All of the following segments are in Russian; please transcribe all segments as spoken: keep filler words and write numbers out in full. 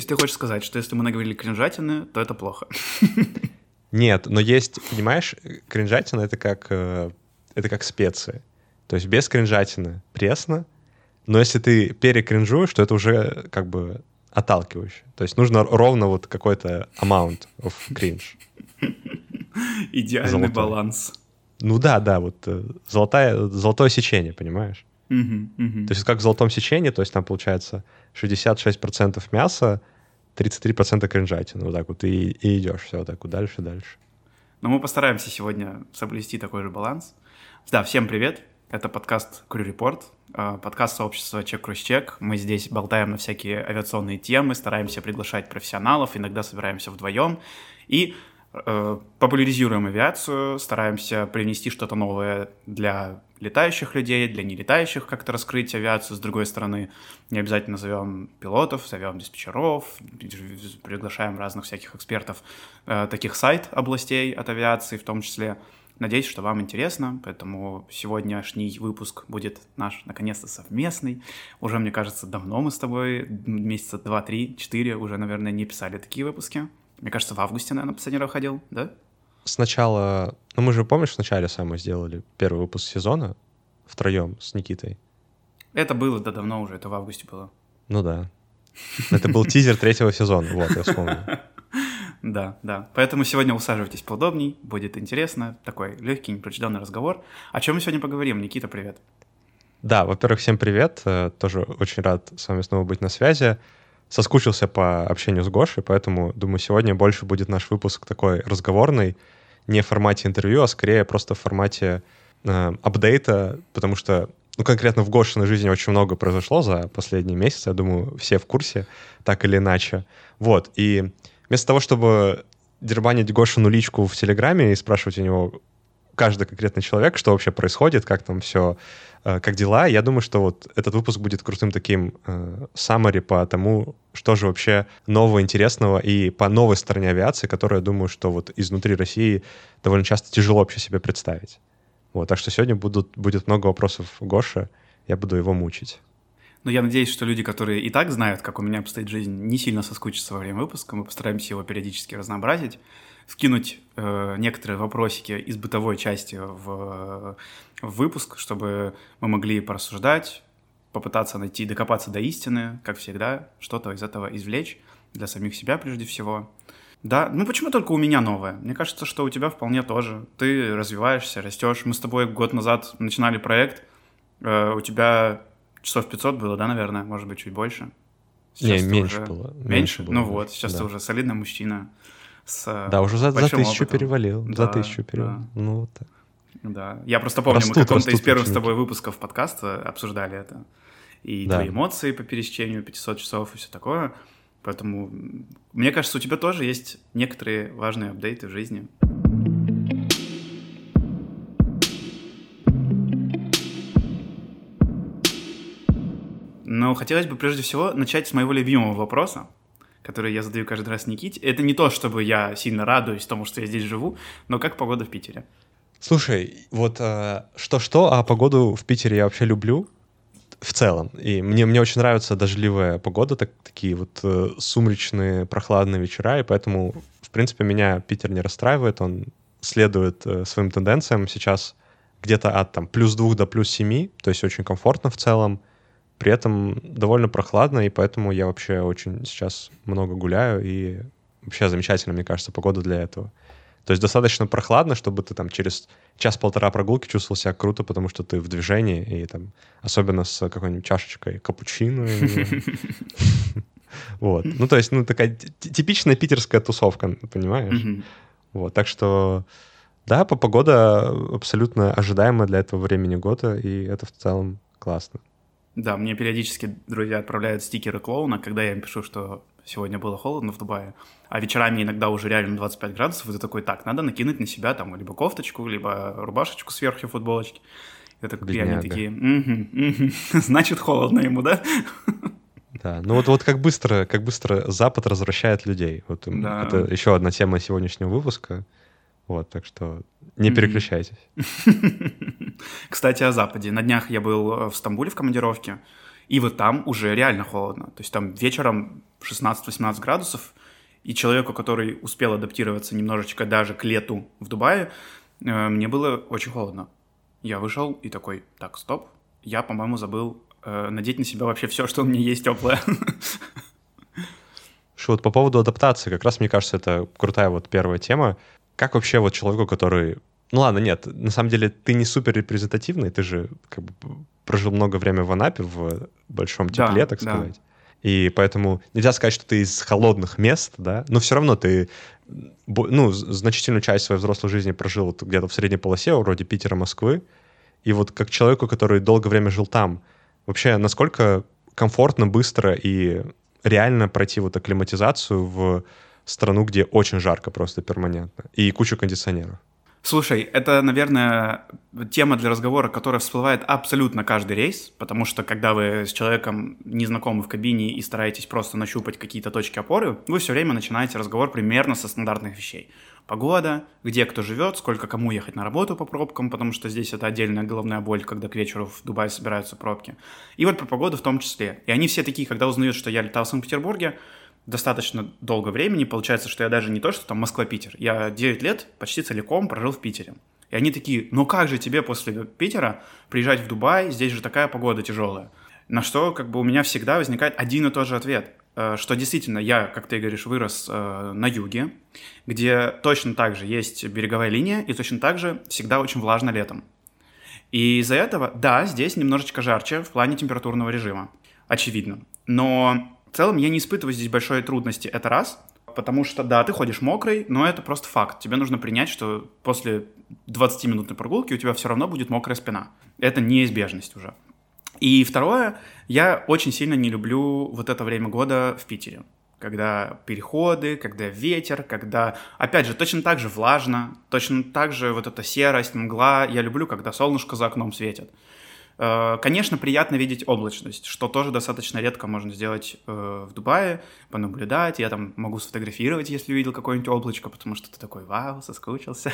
ты хочешь сказать, что если мы наговорили кринжатины, то это плохо. Нет, но есть, понимаешь, кринжатина — это как, э, это как специи. То есть без кринжатины пресно, но если ты перекринжуешь, то это уже как бы отталкивающе. То есть нужно ровно вот какой-то amount of cringe. Идеальный Золотой. баланс. Ну да, да, вот э, золотая, золотое сечение, понимаешь? Мгм, мгм. То есть как в золотом сечении, то есть там получается шестьдесят шесть процентов мяса, тридцать три процента кринжатины. Вот так вот и, и идешь все вот так вот дальше, дальше. Но мы постараемся сегодня соблюсти такой же баланс. Да, всем привет. Это подкаст Crew Report, э, подкаст сообщества Check Cruise Check. Мы здесь болтаем на всякие авиационные темы, стараемся приглашать профессионалов, иногда собираемся вдвоем и э, популяризируем авиацию, стараемся привнести что-то новое для летающих людей, для нелетающих, как-то раскрыть авиацию. С другой стороны, не обязательно зовем пилотов, зовем диспетчеров, приглашаем разных всяких экспертов э, таких сайт-областей от авиации в том числе. Надеюсь, что вам интересно, поэтому сегодняшний выпуск будет наш, наконец-то, совместный. Уже, мне кажется, давно мы с тобой, месяца два, три, четыре, уже, наверное, не писали такие выпуски. Мне кажется, в августе, наверное, последний раз ходил, да? Сначала, ну мы же, помнишь, вначале сами сделали первый выпуск сезона втроем с Никитой? Это было, да, давно уже, это в августе было. Ну да. Это был тизер третьего сезона, вот, я вспомнил. Да, да. Поэтому сегодня усаживайтесь поудобней, будет интересно. Такой легкий, непринужденный разговор. О чем мы сегодня поговорим? Никита, привет. Да, во-первых, всем привет. Тоже очень рад с вами снова быть на связи. Соскучился по общению с Гошей, поэтому, думаю, сегодня больше будет наш выпуск такой разговорный, не в формате интервью, а скорее просто в формате э, апдейта, потому что, ну, конкретно в Гошиной жизни очень много произошло за последние месяцы, я думаю, все в курсе, так или иначе. Вот, и вместо того, чтобы дербанить Гошину личку в Телеграме и спрашивать у него каждый конкретный человек, что вообще происходит, как там все, э, как дела, я думаю, что вот этот выпуск будет крутым таким э, summary по тому, что же вообще нового, интересного и по новой стороне авиации, которую, я думаю, что вот изнутри России довольно часто тяжело вообще себе представить. Вот, так что сегодня будут, будет много вопросов Гоши, я буду его мучить. Но я надеюсь, что люди, которые и так знают, как у меня обстоит жизнь, не сильно соскучатся во время выпуска. Мы постараемся его периодически разнообразить, вкинуть э, некоторые вопросики из бытовой части в, в выпуск, чтобы мы могли порассуждать, попытаться найти, докопаться до истины, как всегда, что-то из этого извлечь для самих себя прежде всего. Да, ну почему только у меня новое? Мне кажется, что у тебя вполне тоже. Ты развиваешься, растешь. Мы с тобой год назад начинали проект, э, у тебя часов пятьсот было, да, наверное? Может быть, чуть больше? Сейчас не, меньше уже... было. Меньше? меньше было, ну да. вот, сейчас да. ты уже солидный мужчина с Да, уже за, за тысячу опытом. перевалил. Да, за тысячу перевалил. Да. Ну, вот так. Да. Я просто помню, растут, мы в каком-то из первых ученики. С тобой выпусков подкаста обсуждали это. И да. твои эмоции по пересечению пятьсот часов и все такое. Поэтому, мне кажется, у тебя тоже есть некоторые важные апдейты в жизни. Но хотелось бы прежде всего начать с моего любимого вопроса, который я задаю каждый раз Никите. Это не то, чтобы я сильно радуюсь тому, что я здесь живу, но как погода в Питере? Слушай, вот э, что-что, а погоду в Питере я вообще люблю в целом. И мне, мне очень нравится дождливая погода, так, такие вот э, сумречные, прохладные вечера, и поэтому, в принципе, меня Питер не расстраивает, он следует э, своим тенденциям. Сейчас где-то от там, плюс двух до плюс семи, то есть очень комфортно в целом. При этом довольно прохладно, и поэтому я вообще очень сейчас много гуляю, и вообще замечательно, мне кажется, погода для этого. То есть достаточно прохладно, чтобы ты там через час-полтора прогулки чувствовал себя круто, потому что ты в движении, и там особенно с какой-нибудь чашечкой капучино. Вот. Ну, то есть, ну, такая типичная питерская тусовка, понимаешь? Вот, так что, да, погода абсолютно ожидаемая для этого времени года, и это в целом классно. Да, мне периодически друзья отправляют стикеры клоуна, когда я им пишу, что сегодня было холодно в Дубае, а вечерами иногда уже реально двадцать пять градусов, и ты такой, так, надо накинуть на себя там либо кофточку, либо рубашечку сверху футболочки. И, так, и они такие, угу, угу. Значит, холодно ему, да? Да, ну вот, вот как быстро, как быстро Запад развращает людей. Вот да. Это еще одна тема сегодняшнего выпуска. Вот, так что не переключайтесь. Кстати, о Западе. На днях я был в Стамбуле в командировке, и вот там уже реально холодно. То есть там вечером шестнадцать-восемнадцать градусов, и человеку, который успел адаптироваться немножечко даже к лету в Дубае, э, мне было очень холодно. Я вышел и такой, так, стоп, я, по-моему, забыл э, надеть на себя вообще все, что у меня есть теплое. Что вот по поводу адаптации, как раз, мне кажется, это крутая вот первая тема. Как вообще вот человеку, который... Ну ладно, нет, на самом деле ты не супер репрезентативный, ты же как бы прожил много времени в Анапе, в большом тепле, Да, так да. сказать. И поэтому нельзя сказать, что ты из холодных мест, да, но все равно ты, ну, значительную часть своей взрослой жизни прожил вот где-то в средней полосе, вроде Питера, Москвы. И вот как человеку, который долгое время жил там, вообще насколько комфортно, быстро и реально пройти вот акклиматизацию в страну, где очень жарко просто перманентно, и кучу кондиционеров? Слушай, это, наверное, тема для разговора, которая всплывает абсолютно каждый рейс, потому что когда вы с человеком незнакомы в кабине и стараетесь просто нащупать какие-то точки опоры, вы все время начинаете разговор примерно со стандартных вещей. Погода, где кто живет, сколько кому ехать на работу по пробкам, потому что здесь это отдельная головная боль, когда к вечеру в Дубае собираются пробки. И вот про погоду в том числе. И они все такие, когда узнают, что я летал в Санкт-Петербурге, достаточно долго времени, получается, что я даже не то, что там Москва-Питер, я девять лет почти целиком прожил в Питере. И они такие, ну как же тебе после Питера приезжать в Дубай, здесь же такая погода тяжелая. На что как бы у меня всегда возникает один и тот же ответ, что действительно я, как ты говоришь, вырос на юге, где точно так же есть береговая линия, и точно так же всегда очень влажно летом. И из-за этого, да, здесь немножечко жарче в плане температурного режима, очевидно. Но в целом я не испытываю здесь большой трудности, это раз, потому что, да, ты ходишь мокрый, но это просто факт. Тебе нужно принять, что после двадцатиминутной прогулки у тебя все равно будет мокрая спина. Это неизбежность уже. И второе, я очень сильно не люблю вот это время года в Питере. Когда переходы, когда ветер, когда, опять же, точно так же влажно, точно так же вот эта серость, мгла. Я люблю, когда солнышко за окном светит. Конечно, приятно видеть облачность, что тоже достаточно редко можно сделать э, в Дубае, понаблюдать. Я там могу сфотографировать, если увидел какое-нибудь облачко, потому что ты такой, вау, соскучился.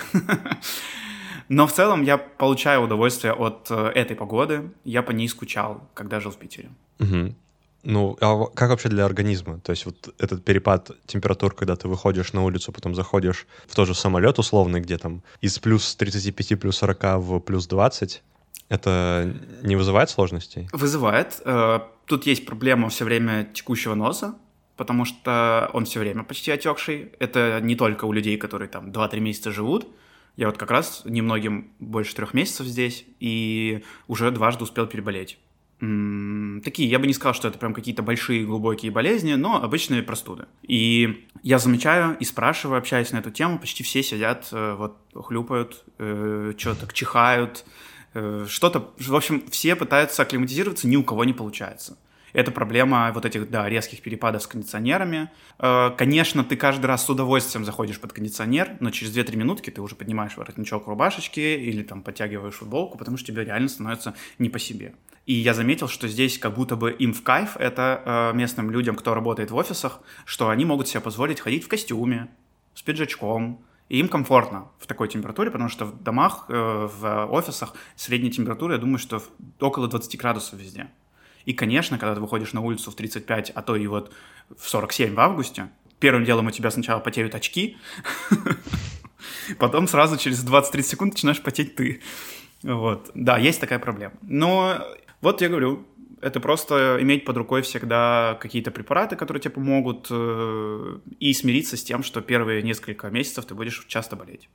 Но в целом я получаю удовольствие от э, этой погоды. Я по ней скучал, когда жил в Питере. Угу. Ну, а как вообще для организма? То есть вот этот перепад температур, когда ты выходишь на улицу, потом заходишь в тот же самолет условный, где там из плюс тридцати пяти, плюс сорока в плюс двадцать, это не вызывает сложностей? Вызывает. Тут есть проблема все время текущего носа, потому что он все время почти отекший. Это не только у людей, которые там два-три месяца живут. Я вот как раз немногим больше трех месяцев здесь и уже дважды успел переболеть. М-м, такие, я бы не сказал, что это прям какие-то большие глубокие болезни, но обычные простуды. И я замечаю и спрашиваю, общаясь на эту тему, почти все сидят, вот хлюпают, что-то чихают, что-то, в общем, все пытаются акклиматизироваться, ни у кого не получается. Это проблема вот этих, да, резких перепадов с кондиционерами. Конечно, ты каждый раз с удовольствием заходишь под кондиционер, но через две-три минутки ты уже поднимаешь воротничок рубашечки или там подтягиваешь футболку, потому что тебе реально становится не по себе. И я заметил, что здесь как будто бы им в кайф, это местным людям, кто работает в офисах, что они могут себе позволить ходить в костюме, с пиджачком, и им комфортно в такой температуре, потому что в домах, в офисах средняя температура, я думаю, что около двадцати градусов везде. И, конечно, когда ты выходишь на улицу в тридцать пять, а то и вот в сорок семь в августе, первым делом у тебя сначала потеют очки, потом сразу через двадцать-тридцать секунд начинаешь потеть ты. Вот. Да, есть такая проблема. Но вот я говорю, это просто иметь под рукой всегда какие-то препараты, которые тебе помогут, и смириться с тем, что первые несколько месяцев ты будешь часто болеть.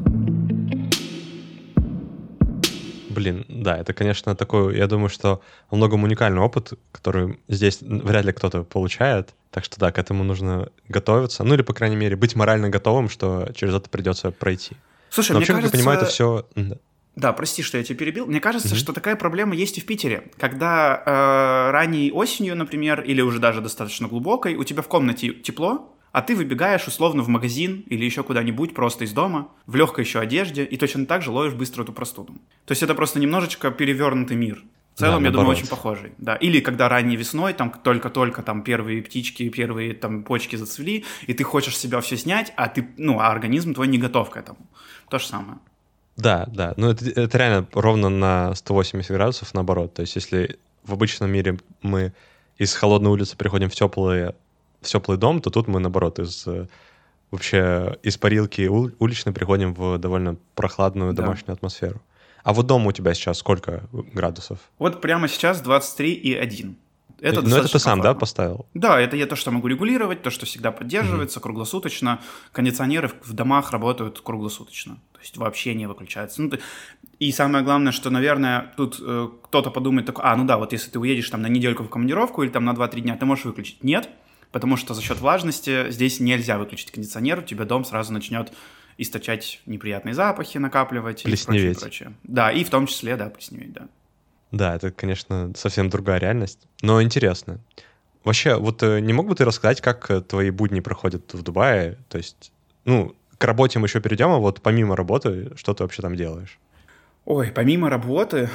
Блин, да, это, конечно, такой, я думаю, что во многом уникальный опыт, который здесь вряд ли кто-то получает. Так что да, к этому нужно готовиться. Ну или, по крайней мере, быть морально готовым, что через это придется пройти. Слушай, Но мне вообще, кажется... как я понимаю, это все... Да, прости, что я тебя перебил. Мне кажется, Mm-hmm. что такая проблема есть и в Питере. Когда э, ранней осенью, например, или уже даже достаточно глубокой, у тебя в комнате тепло, а ты выбегаешь условно в магазин или еще куда-нибудь просто из дома, в легкой еще одежде, и точно так же ловишь быстро эту простуду. То есть это просто немножечко перевернутый мир. В целом, да, я думаю, очень похожий. Да. Или когда ранней весной, там только-только там первые птички, первые там почки зацвели, и ты хочешь себя все снять, а ты, ну, а организм твой не готов к этому. То же самое. Да, да. Ну, это, это реально ровно на сто восемьдесят градусов наоборот. То есть, если в обычном мире мы из холодной улицы переходим в теплые в теплый дом, то тут мы, наоборот, из вообще из парилки уличной переходим в довольно прохладную Да. домашнюю атмосферу. А вот дома у тебя сейчас сколько градусов? Вот прямо сейчас двадцать три и один. Это Но это ты сам, да, комфортно. поставил? Да, это я то, что могу регулировать, то, что всегда поддерживается, mm-hmm. круглосуточно. Кондиционеры в домах работают круглосуточно. То есть вообще не выключаются. Ну, ты... И самое главное, что, наверное, тут э, кто-то подумает, такой, а, ну да, вот если ты уедешь там на недельку в командировку или там на два-три дня, ты можешь выключить. Нет, потому что за счет влажности здесь нельзя выключить кондиционер, у тебя дом сразу начнет источать неприятные запахи, накапливать плесневеть. И прочее, прочее. Да, и в том числе, да, плесневеть, да. Да, это, конечно, совсем другая реальность, но интересно. Вообще, вот не мог бы ты рассказать, как твои будни проходят в Дубае? То есть, ну, к работе мы еще перейдем, а вот помимо работы, что ты вообще там делаешь? Ой, помимо работы,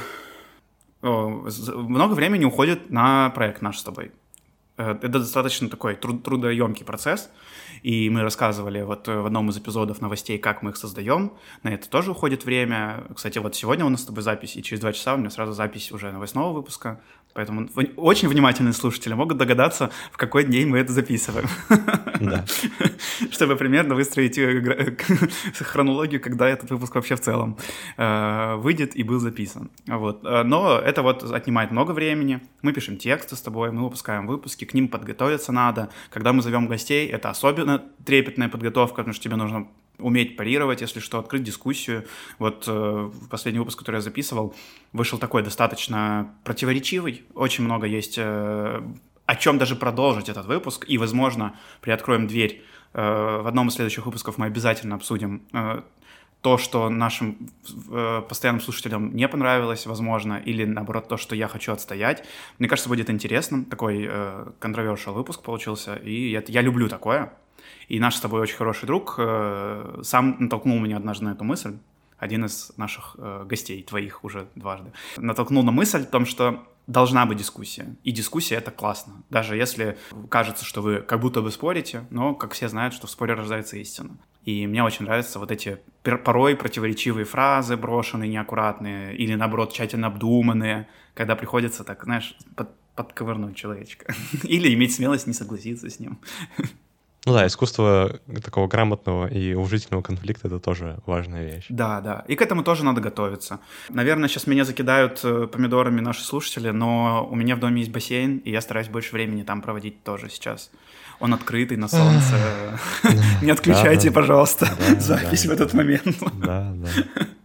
о, много времени уходит на проект наш с тобой. Это достаточно такой труд- трудоемкий процесс, и мы рассказывали вот в одном из эпизодов новостей, как мы их создаем. На это тоже уходит время. Кстати, вот сегодня у нас с тобой запись, и через два часа у меня сразу запись уже новостного выпуска. Поэтому очень внимательные слушатели могут догадаться, в какой день мы это записываем. Да. Чтобы примерно выстроить хронологию, когда этот выпуск вообще в целом выйдет и был записан. Вот. Но это вот отнимает много времени. Мы пишем тексты с тобой, мы выпускаем выпуски, к ним подготовиться надо. Когда мы зовем гостей, это особенно трепетная подготовка, потому что тебе нужно уметь парировать, если что, открыть дискуссию. Вот э, последний выпуск, который я записывал, вышел такой достаточно противоречивый. Очень много есть э, о чем даже продолжить этот выпуск. И, возможно, приоткроем дверь. Э, в одном из следующих выпусков мы обязательно обсудим э, то, что нашим э, постоянным слушателям не понравилось, возможно, или, наоборот, то, что я хочу отстоять. Мне кажется, будет интересным. Такой э, controversial выпуск получился. И это, я люблю такое. И наш с тобой очень хороший друг э, сам натолкнул меня однажды на эту мысль, один из наших э, гостей, твоих уже дважды, натолкнул на мысль о том, что должна быть дискуссия. И дискуссия — это классно. Даже если кажется, что вы как будто бы спорите, но, как все знают, что в споре рождается истина. И мне очень нравятся вот эти порой противоречивые фразы, брошенные, неаккуратные, или, наоборот, тщательно обдуманные, когда приходится, так, знаешь, под, подковырнуть человечка. Или иметь смелость не согласиться с ним. Ну да, искусство такого грамотного и уважительного конфликта — это тоже важная вещь. Да, да. И к этому тоже надо готовиться. Наверное, сейчас меня закидают помидорами наши слушатели, но у меня в доме есть бассейн, и я стараюсь больше времени там проводить тоже сейчас. Он открытый, на солнце. Не отключайте, пожалуйста, запись в этот момент. Да, да.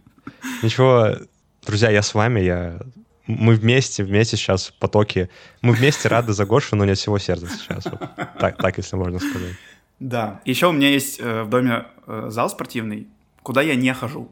Ничего, друзья, я с вами, я... Мы вместе, вместе сейчас в потоке. Мы вместе рады за Гошу, но не от всего сердца сейчас. Вот. Так, так, если можно сказать. Да. Еще у меня есть э, в доме э, зал спортивный, куда я не хожу.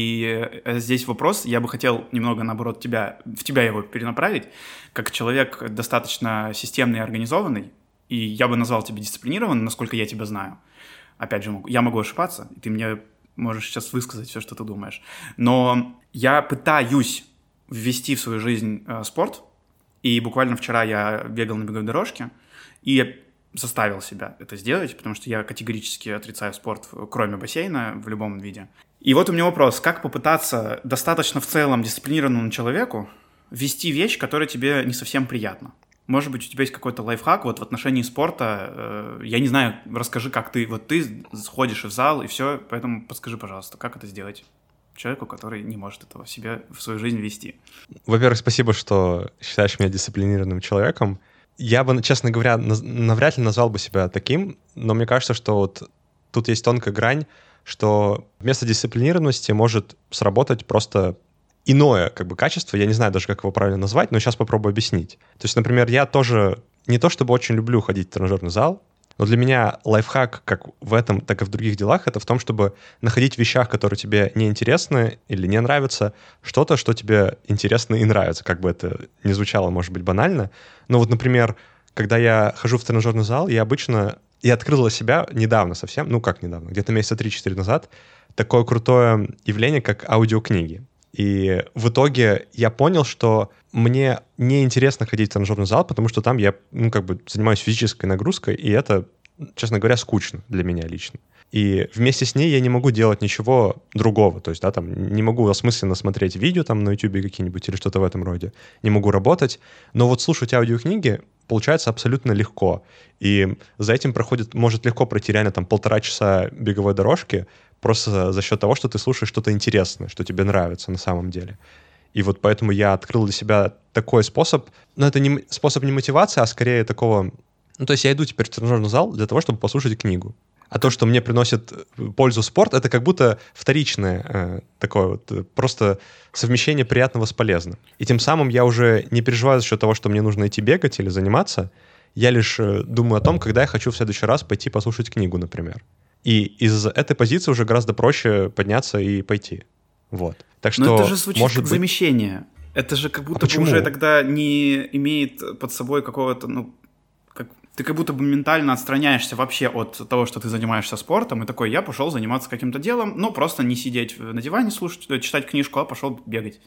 И э, здесь вопрос, я бы хотел немного, наоборот, тебя, в тебя его перенаправить, как человек достаточно системный и организованный, и я бы назвал тебя дисциплинированным, насколько я тебя знаю. Опять же, я могу ошибаться, и ты мне можешь сейчас высказать все, что ты думаешь. Но я пытаюсь ввести в свою жизнь э, спорт, и буквально вчера я бегал на беговой дорожке, и я заставил себя это сделать, потому что я категорически отрицаю спорт, кроме бассейна, в любом виде. И вот у меня вопрос, как попытаться достаточно в целом дисциплинированному человеку ввести вещь, которая тебе не совсем приятна? Может быть, у тебя есть какой-то лайфхак вот в отношении спорта, э, я не знаю, расскажи, как ты, вот ты сходишь в зал, и все, поэтому подскажи, пожалуйста, как это сделать человеку, который не может этого в себя, в свою жизнь вести. Во-первых, спасибо, что считаешь меня дисциплинированным человеком. Я бы, честно говоря, навряд ли назвал бы себя таким, но мне кажется, что вот тут есть тонкая грань, что вместо дисциплинированности может сработать просто иное как бы качество, я не знаю даже, как его правильно назвать, но сейчас попробую объяснить. То есть, например, я тоже не то чтобы очень люблю ходить в тренажерный зал, но для меня лайфхак как в этом, так и в других делах, это в том, чтобы находить в вещах, которые тебе не интересны или не нравятся, что-то, что тебе интересно и нравится, как бы это ни звучало, может быть, банально. Но вот, например, когда я хожу в тренажерный зал, я обычно... Я открыл для себя недавно совсем, ну как недавно, где-то месяца три-четыре назад, такое крутое явление, как аудиокниги. И в итоге я понял, что мне неинтересно ходить в тренажерный зал, потому что там я, ну, как бы занимаюсь физической нагрузкой, и это, честно говоря, скучно для меня лично. И вместе с ней я не могу делать ничего другого. То есть, да, там, не могу осмысленно смотреть видео там на YouTube какие-нибудь или что-то в этом роде. Не могу работать. Но вот слушать аудиокниги получается абсолютно легко. И за этим проходит, может легко пройти реально там полтора часа беговой дорожки, просто за счет того, что ты слушаешь что-то интересное, что тебе нравится на самом деле. И вот поэтому я открыл для себя такой способ, но это не способ не мотивации, а скорее такого... Ну, то есть я иду теперь в тренажерный зал для того, чтобы послушать книгу. А то, что мне приносит пользу спорт, это как будто вторичное э, такое вот, просто совмещение приятного с полезным. И тем самым я уже не переживаю за счет того, что мне нужно идти бегать или заниматься. Я лишь э, думаю о том, когда я хочу в следующий раз пойти послушать книгу, например. И из этой позиции уже гораздо проще подняться и пойти. Вот. Так что, но это же звучит может как быть... замещение. Это же как будто а бы уже тогда не имеет под собой какого-то, ну, как... ты как будто бы ментально отстраняешься вообще от того, что ты занимаешься спортом, и такой, я пошел заниматься каким-то делом, ну, просто не сидеть на диване, слушать, читать книжку, а пошел бегать.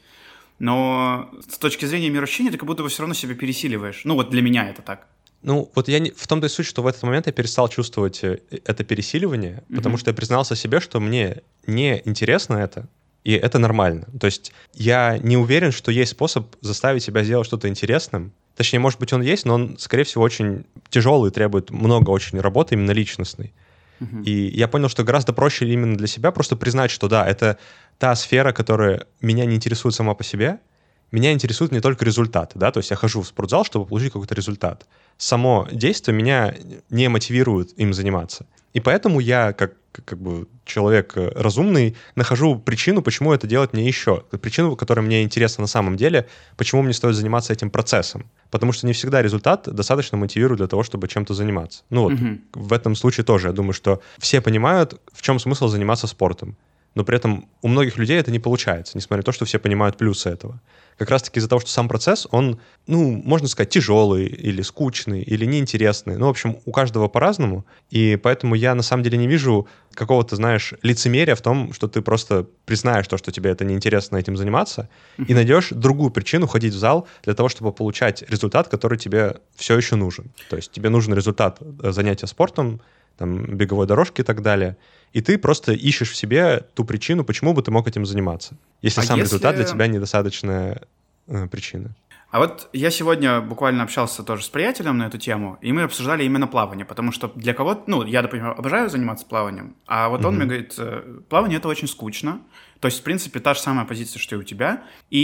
Но с точки зрения мироощущения ты как будто бы все равно себя пересиливаешь. Ну, вот для меня это так. Ну, вот я не... в том-то и суть, что в этот момент я перестал чувствовать это пересиливание, mm-hmm. потому что я признался себе, что мне не интересно это, и это нормально. То есть я не уверен, что есть способ заставить себя сделать что-то интересным. Точнее, может быть, он есть, но он, скорее всего, очень тяжелый, требует много очень работы, именно личностной. Uh-huh. И я понял, что гораздо проще именно для себя просто признать, что да, это та сфера, которая меня не интересует сама по себе, меня интересуют не только результаты, да, то есть я хожу в спортзал, чтобы получить какой-то результат. Само действие меня не мотивирует им заниматься. И поэтому я, как, как бы человек разумный, нахожу причину, почему это делать мне еще. Причину, которая мне интересна на самом деле, почему мне стоит заниматься этим процессом. Потому что не всегда результат достаточно мотивирует для того, чтобы чем-то заниматься. Ну вот, угу. В этом случае тоже, я думаю, что все понимают, в чем смысл заниматься спортом. Но при этом у многих людей это не получается, несмотря на то, что все понимают плюсы этого. Как раз-таки из-за того, что сам процесс, он, ну, можно сказать, тяжелый или скучный, или неинтересный. Ну, в общем, у каждого по-разному. И поэтому я, на самом деле, не вижу какого-то, знаешь, лицемерия в том, что ты просто признаешь то, что тебе это неинтересно этим заниматься, mm-hmm. и найдешь другую причину ходить в зал для того, чтобы получать результат, который тебе все еще нужен. То есть тебе нужен результат занятия спортом, там, беговой дорожки и так далее, и ты просто ищешь в себе ту причину, почему бы ты мог этим заниматься, если а сам если... результат для тебя недостаточная э, причина. А вот я сегодня буквально общался тоже с приятелем на эту тему, и мы обсуждали именно плавание, потому что для кого-то, ну, я, например, обожаю заниматься плаванием, а вот он mm-hmm. мне говорит, плавание — это очень скучно, то есть, в принципе, та же самая позиция, что и у тебя,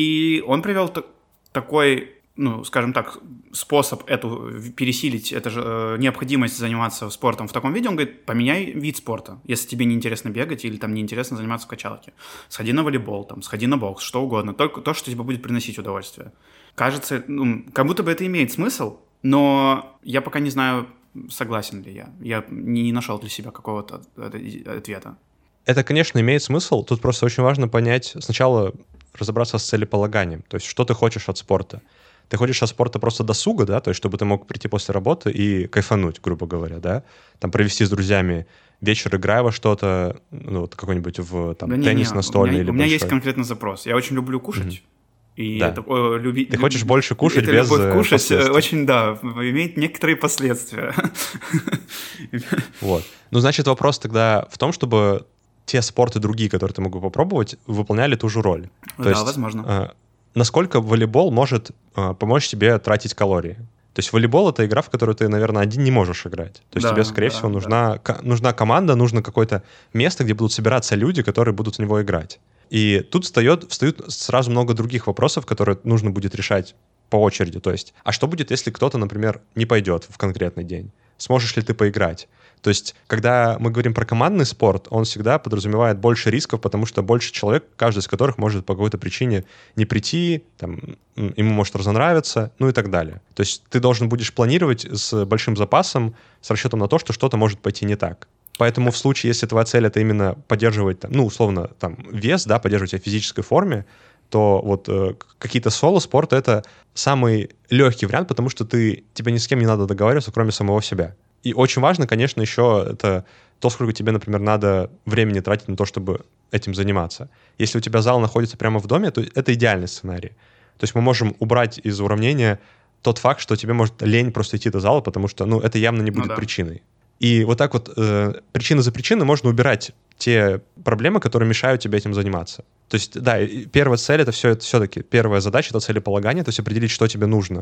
и он привел т- такой... ну, скажем так, способ эту пересилить, это же э, необходимость заниматься спортом в таком виде, он говорит, поменяй вид спорта. Если тебе неинтересно бегать или там неинтересно заниматься в качалке, сходи на волейбол, там, сходи на бокс, что угодно, только то, что тебе будет приносить удовольствие. Кажется, ну, как будто бы это имеет смысл, но я пока не знаю, согласен ли я. Я не нашел для себя какого-то ответа. Это, конечно, имеет смысл. Тут просто очень важно понять, сначала разобраться с целеполаганием, то есть что ты хочешь от спорта. Ты хочешь от спорта просто досуга, да, то есть чтобы ты мог прийти после работы и кайфануть, грубо говоря, да, там провести с друзьями вечер, играя во что-то, ну, вот какой-нибудь в там, да теннис не, не. настольный. У меня, или у меня большой. есть конкретный запрос. Я очень люблю кушать. Mm-hmm. И да. это, о, люби, ты хочешь люб... больше кушать это без любовь кушать последствий. Очень, да, имеет некоторые последствия. Вот. Ну, значит, вопрос тогда в том, чтобы те спорты другие, которые ты мог бы попробовать, выполняли ту же роль. Да, то есть, возможно. Насколько волейбол может э, помочь тебе тратить калории. То есть волейбол — это игра, в которую ты, наверное, один не можешь играть. То есть да, тебе, скорее да, всего, нужна, да. к- нужна команда, нужно какое-то место, где будут собираться люди, которые будут в него играть. И тут встает, встают сразу много других вопросов, которые нужно будет решать по очереди. То есть, а что будет, если кто-то, например, не пойдет в конкретный день? Сможешь ли ты поиграть? То есть, когда мы говорим про командный спорт, он всегда подразумевает больше рисков, потому что больше человек, каждый из которых может по какой-то причине не прийти, там, ему может разонравиться, ну и так далее. То есть ты должен будешь планировать с большим запасом, с расчетом на то, что что-то может пойти не так. Поэтому в случае, если твоя цель — это именно поддерживать, там, ну, условно, там, вес, да, поддерживать себя в физической форме, то вот э, какие-то соло-спорты — это самый легкий вариант, потому что ты, тебе ни с кем не надо договариваться, кроме самого себя. И очень важно, конечно, еще это то, сколько тебе, например, надо времени тратить на то, чтобы этим заниматься. Если у тебя зал находится прямо в доме, то это идеальный сценарий. То есть мы можем убрать из уравнения тот факт, что тебе может лень просто идти до зала, потому что, ну, это явно не будет ну, да. причиной. И вот так вот э, причина за причиной можно убирать те проблемы, которые мешают тебе этим заниматься. То есть, да, первая цель — это все, это все-таки первая задача — это целеполагание, то есть определить, что тебе нужно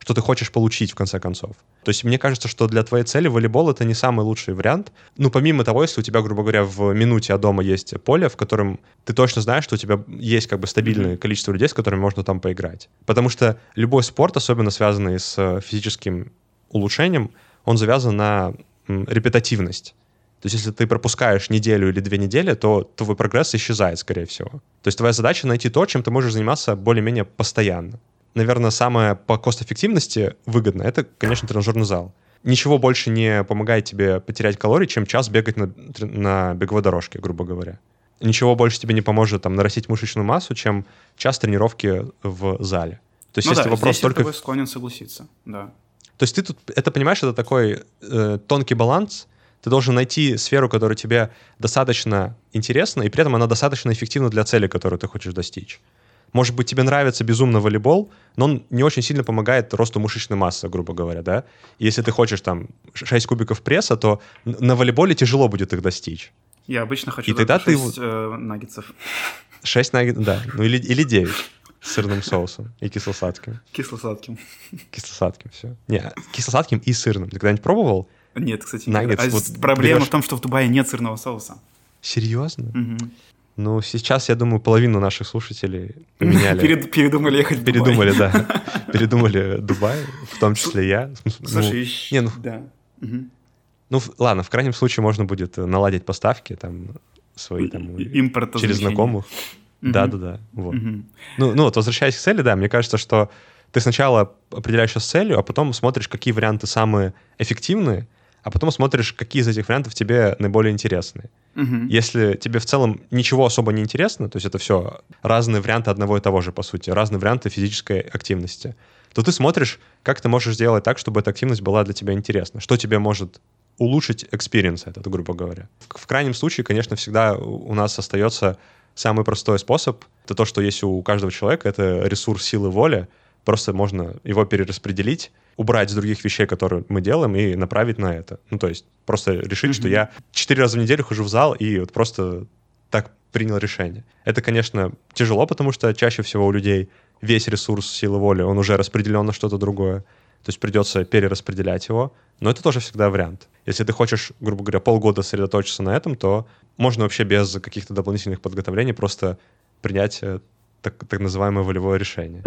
что ты хочешь получить в конце концов. То есть мне кажется, что для твоей цели волейбол — это не самый лучший вариант. Ну, помимо того, если у тебя, грубо говоря, в минуте от дома есть поле, в котором ты точно знаешь, что у тебя есть как бы стабильное количество людей, с которыми можно там поиграть. Потому что любой спорт, особенно связанный с физическим улучшением, он завязан на репетативность. То есть если ты пропускаешь неделю или две недели, то твой прогресс исчезает, скорее всего. То есть твоя задача — найти то, чем ты можешь заниматься более-менее постоянно. Наверное, самое по кост-эффективности выгодно — это, конечно, тренажерный зал. Ничего больше не помогает тебе потерять калорий, чем час бегать на, на беговой дорожке, грубо говоря. Ничего больше тебе не поможет там нарастить мышечную массу, чем час тренировки в зале. То есть ну если да, вопрос здесь только... я склонен согласиться, да. То есть ты тут, это понимаешь, это такой э, тонкий баланс. Ты должен найти сферу, которая тебе достаточно интересна, и при этом она достаточно эффективна для цели, которую ты хочешь достичь. Может быть, тебе нравится безумно волейбол, но он не очень сильно помогает росту мышечной массы, грубо говоря, да? И если ты хочешь там шесть кубиков пресса, то на волейболе тяжело будет их достичь. Я обычно хочу и тогда шесть ты... э, наггетсов. шесть наггетсов, да. Ну или, или девять с сырным соусом и кисло-сладким. Кисло-сладким. Кисло-сладким, все. Не, кисло-сладким и сырным. Ты когда-нибудь пробовал? Нет, кстати, Наггетс, а вот проблема берешь... в том, что в Дубае нет сырного соуса. Серьезно? Угу. Ну, сейчас, я думаю, половину наших слушателей поменяли. Перед, передумали ехать в Дубай. Передумали, да. Передумали Дубай, в том числе я. Слушай, ну, еще... не, ну, да. Угу. Ну, ладно, в крайнем случае можно будет наладить поставки там свои там через знакомых. Угу. Да-да-да. Вот. Угу. Ну, ну, вот возвращаясь к цели, да, мне кажется, что ты сначала определяешься с целью, а потом смотришь, какие варианты самые эффективные, а потом смотришь, какие из этих вариантов тебе наиболее интересны. Угу. Если тебе в целом ничего особо не интересно, то есть это все разные варианты одного и того же, по сути, разные варианты физической активности, то ты смотришь, как ты можешь сделать так, чтобы эта активность была для тебя интересна, что тебе может улучшить экспириенс этот, грубо говоря. В крайнем случае, конечно, всегда у нас остается самый простой способ. Это то, что есть у каждого человека, это ресурс силы воли. Просто можно его перераспределить, убрать с других вещей, которые мы делаем, и направить на это. Ну, то есть просто решить, mm-hmm. что я четыре раза в неделю хожу в зал, и вот просто так принял решение. Это, конечно, тяжело, потому что чаще всего у людей весь ресурс силы воли, он уже распределен на что-то другое. То есть придется перераспределять его, но это тоже всегда вариант. Если ты хочешь, грубо говоря, полгода сосредоточиться на этом, то можно вообще без каких-то дополнительных подготовлений просто принять так, так называемое волевое решение.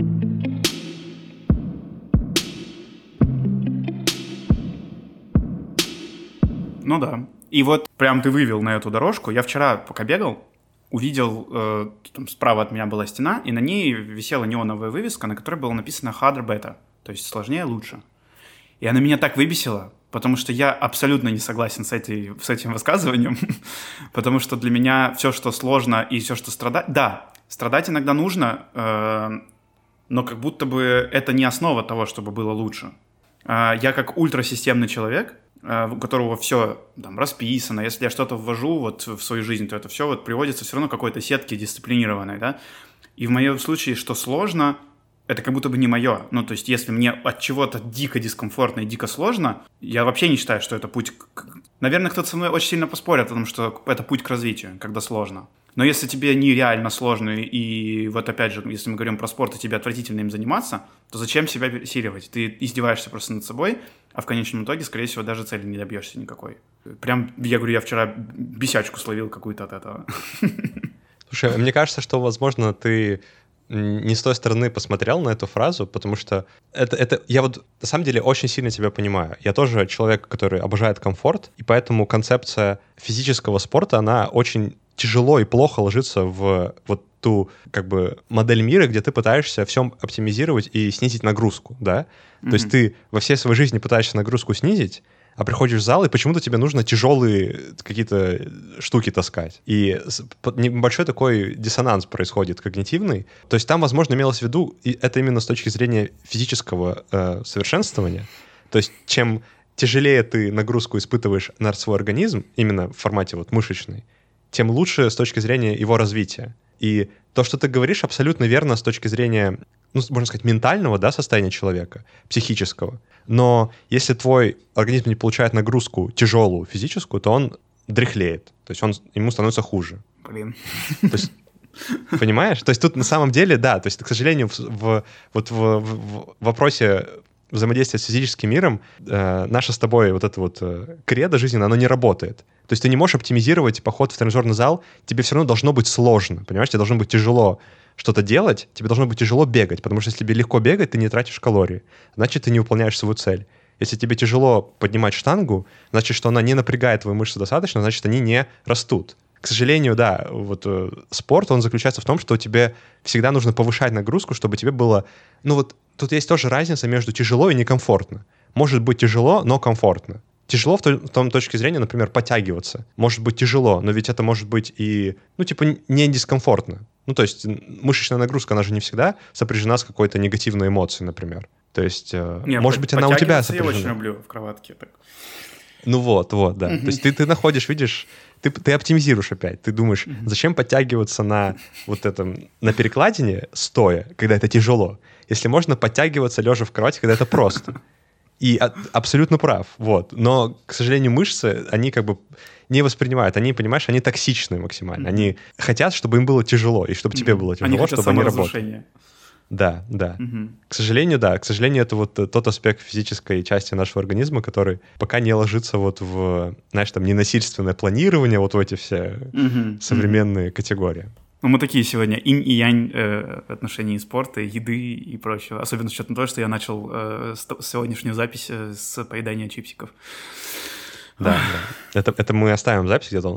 Ну да. И вот прям ты вывел на эту дорожку. Я вчера, пока бегал, увидел, э, там справа от меня была стена, и на ней висела неоновая вывеска, на которой было написано «Harder, better», то есть сложнее, лучше. И она меня так выбесила, потому что я абсолютно не согласен с, этой, с этим высказыванием, потому что для меня все, что сложно и все, что страдать... Да, страдать иногда нужно, э, но как будто бы это не основа того, чтобы было лучше. Э, я как ультрасистемный человек, у которого все там расписано, если я что-то ввожу вот в свою жизнь, то это все вот приводится все равно к какой-то сетке дисциплинированной, да, и в моем случае, что сложно, это как будто бы не мое, ну, то есть если мне от чего-то дико дискомфортно и дико сложно, я вообще не считаю, что это путь к... Наверное, кто-то со мной очень сильно поспорит о том, что это путь к развитию, когда сложно. Но если тебе нереально сложно, и вот опять же, если мы говорим про спорт, и тебе отвратительно им заниматься, то зачем себя пересиливать? Ты издеваешься просто над собой, а в конечном итоге, скорее всего, даже цели не добьешься никакой. Прям, я говорю, я вчера бесячку словил какую-то от этого. Слушай, мне кажется, что, возможно, ты не с той стороны посмотрел на эту фразу, потому что это, это я вот на самом деле очень сильно тебя понимаю. Я тоже человек, который обожает комфорт, и поэтому концепция физического спорта, она очень тяжело и плохо ложится в вот ту как бы модель мира, где ты пытаешься всем оптимизировать и снизить нагрузку, да? Mm-hmm. То есть ты во всей своей жизни пытаешься нагрузку снизить, а приходишь в зал, и почему-то тебе нужно тяжелые какие-то штуки таскать. И небольшой такой диссонанс происходит когнитивный. То есть там, возможно, имелось в виду, и это именно с точки зрения физического э, совершенствования. То есть чем тяжелее ты нагрузку испытываешь на свой организм, именно в формате вот мышечный, тем лучше с точки зрения его развития. И то, что ты говоришь, абсолютно верно с точки зрения, ну, можно сказать, ментального, да, состояния человека, психического. Но если твой организм не получает нагрузку тяжелую физическую, то он дряхлеет. То есть он, ему становится хуже. Блин. То есть, Понимаешь? То есть тут на самом деле, да, то есть, к сожалению, в, в, вот в, в вопросе взаимодействия с физическим миром э, наша с тобой вот это вот э, кредо жизненное, оно не работает. То есть ты не можешь оптимизировать поход в тренажерный зал, тебе все равно должно быть сложно, понимаешь? Тебе должно быть тяжело что-то делать, тебе должно быть тяжело бегать, потому что если тебе легко бегать, ты не тратишь калории, значит, ты не выполняешь свою цель. Если тебе тяжело поднимать штангу, значит, что она не напрягает твои мышцы достаточно, значит, они не растут. К сожалению, да, вот э, спорт, он заключается в том, что тебе всегда нужно повышать нагрузку, чтобы тебе было... Ну вот тут есть тоже разница между тяжело и некомфортно. Может быть тяжело, но комфортно. Тяжело в, то, в том точке зрения, например, подтягиваться. Может быть тяжело, но ведь это может быть и, ну, типа, не дискомфортно. Ну, то есть мышечная нагрузка, она же не всегда сопряжена с какой-то негативной эмоцией, например. То есть, э, не, может быть, она у тебя сопряжена. Я очень люблю в кроватке. Так. Ну вот, вот, да. То есть ты, ты находишь, видишь, ты, ты оптимизируешь опять. Ты думаешь, зачем подтягиваться на вот этом, на перекладине стоя, когда это тяжело, если можно подтягиваться лежа в кровати, когда это просто. И а, абсолютно прав, вот. Но, к сожалению, мышцы, они как бы не воспринимают, они, понимаешь, они токсичны максимально. Mm-hmm. Они хотят, чтобы им было тяжело, и чтобы mm-hmm. тебе было тяжело, они чтобы они работали. Да, да. Mm-hmm. К сожалению, да. К сожалению, это вот тот аспект физической части нашего организма, который пока не ложится вот в, знаешь, там, ненасильственное планирование, вот в эти все mm-hmm. современные mm-hmm. категории. Ну, мы такие сегодня инь и янь э, отношений спорта, еды и прочего. Особенно с учетом того, что я начал э, сегодняшнюю запись э, с поедания чипсиков. Да, да. Это, это мы оставим запись где-то.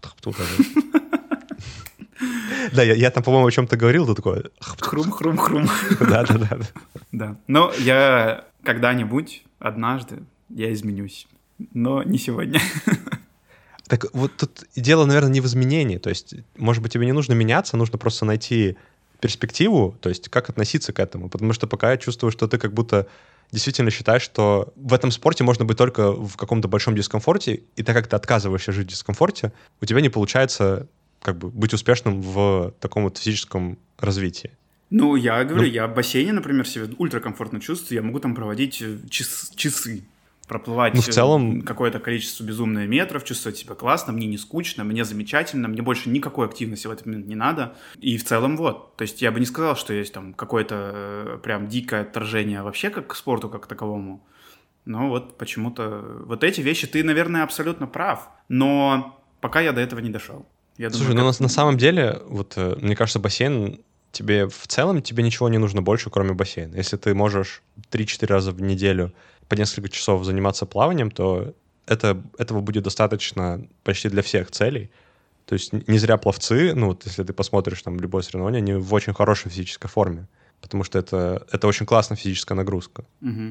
Да, я, я там, по-моему, о чем-то говорил, ты такой... Хрум-хрум-хрум. Да-да-да. Да. Но я когда-нибудь, однажды, я изменюсь. Но не сегодня. Так вот тут дело, наверное, не в изменении. То есть, может быть, тебе не нужно меняться, нужно просто найти перспективу, то есть как относиться к этому. Потому что пока я чувствую, что ты как будто действительно считаешь, что в этом спорте можно быть только в каком-то большом дискомфорте, и так как ты отказываешься жить в дискомфорте, у тебя не получается как бы быть успешным в таком вот физическом развитии. Ну, я говорю, ну, я в бассейне, например, себя ультракомфортно чувствую, я могу там проводить час, часы. Проплывать ну, в целом... какое-то количество безумных метров, чувствовать себя классно, мне не скучно, мне замечательно, мне больше никакой активности в этот момент не надо. И в целом вот. То есть я бы не сказал, что есть там какое-то э, прям дикое отторжение вообще как к спорту как к таковому. Но вот почему-то... Вот эти вещи, ты, наверное, абсолютно прав. Но пока я до этого не дошел. Я Слушай, думаю, ну как... на, на самом деле, вот мне кажется, бассейн... Тебе в целом тебе ничего не нужно больше, кроме бассейна. Если ты можешь три-четыре раза в неделю по несколько часов заниматься плаванием, то это, этого будет достаточно почти для всех целей. То есть не зря пловцы, ну вот если ты посмотришь там любое соревнование, они в очень хорошей физической форме, потому что это, это очень классная физическая нагрузка. Угу.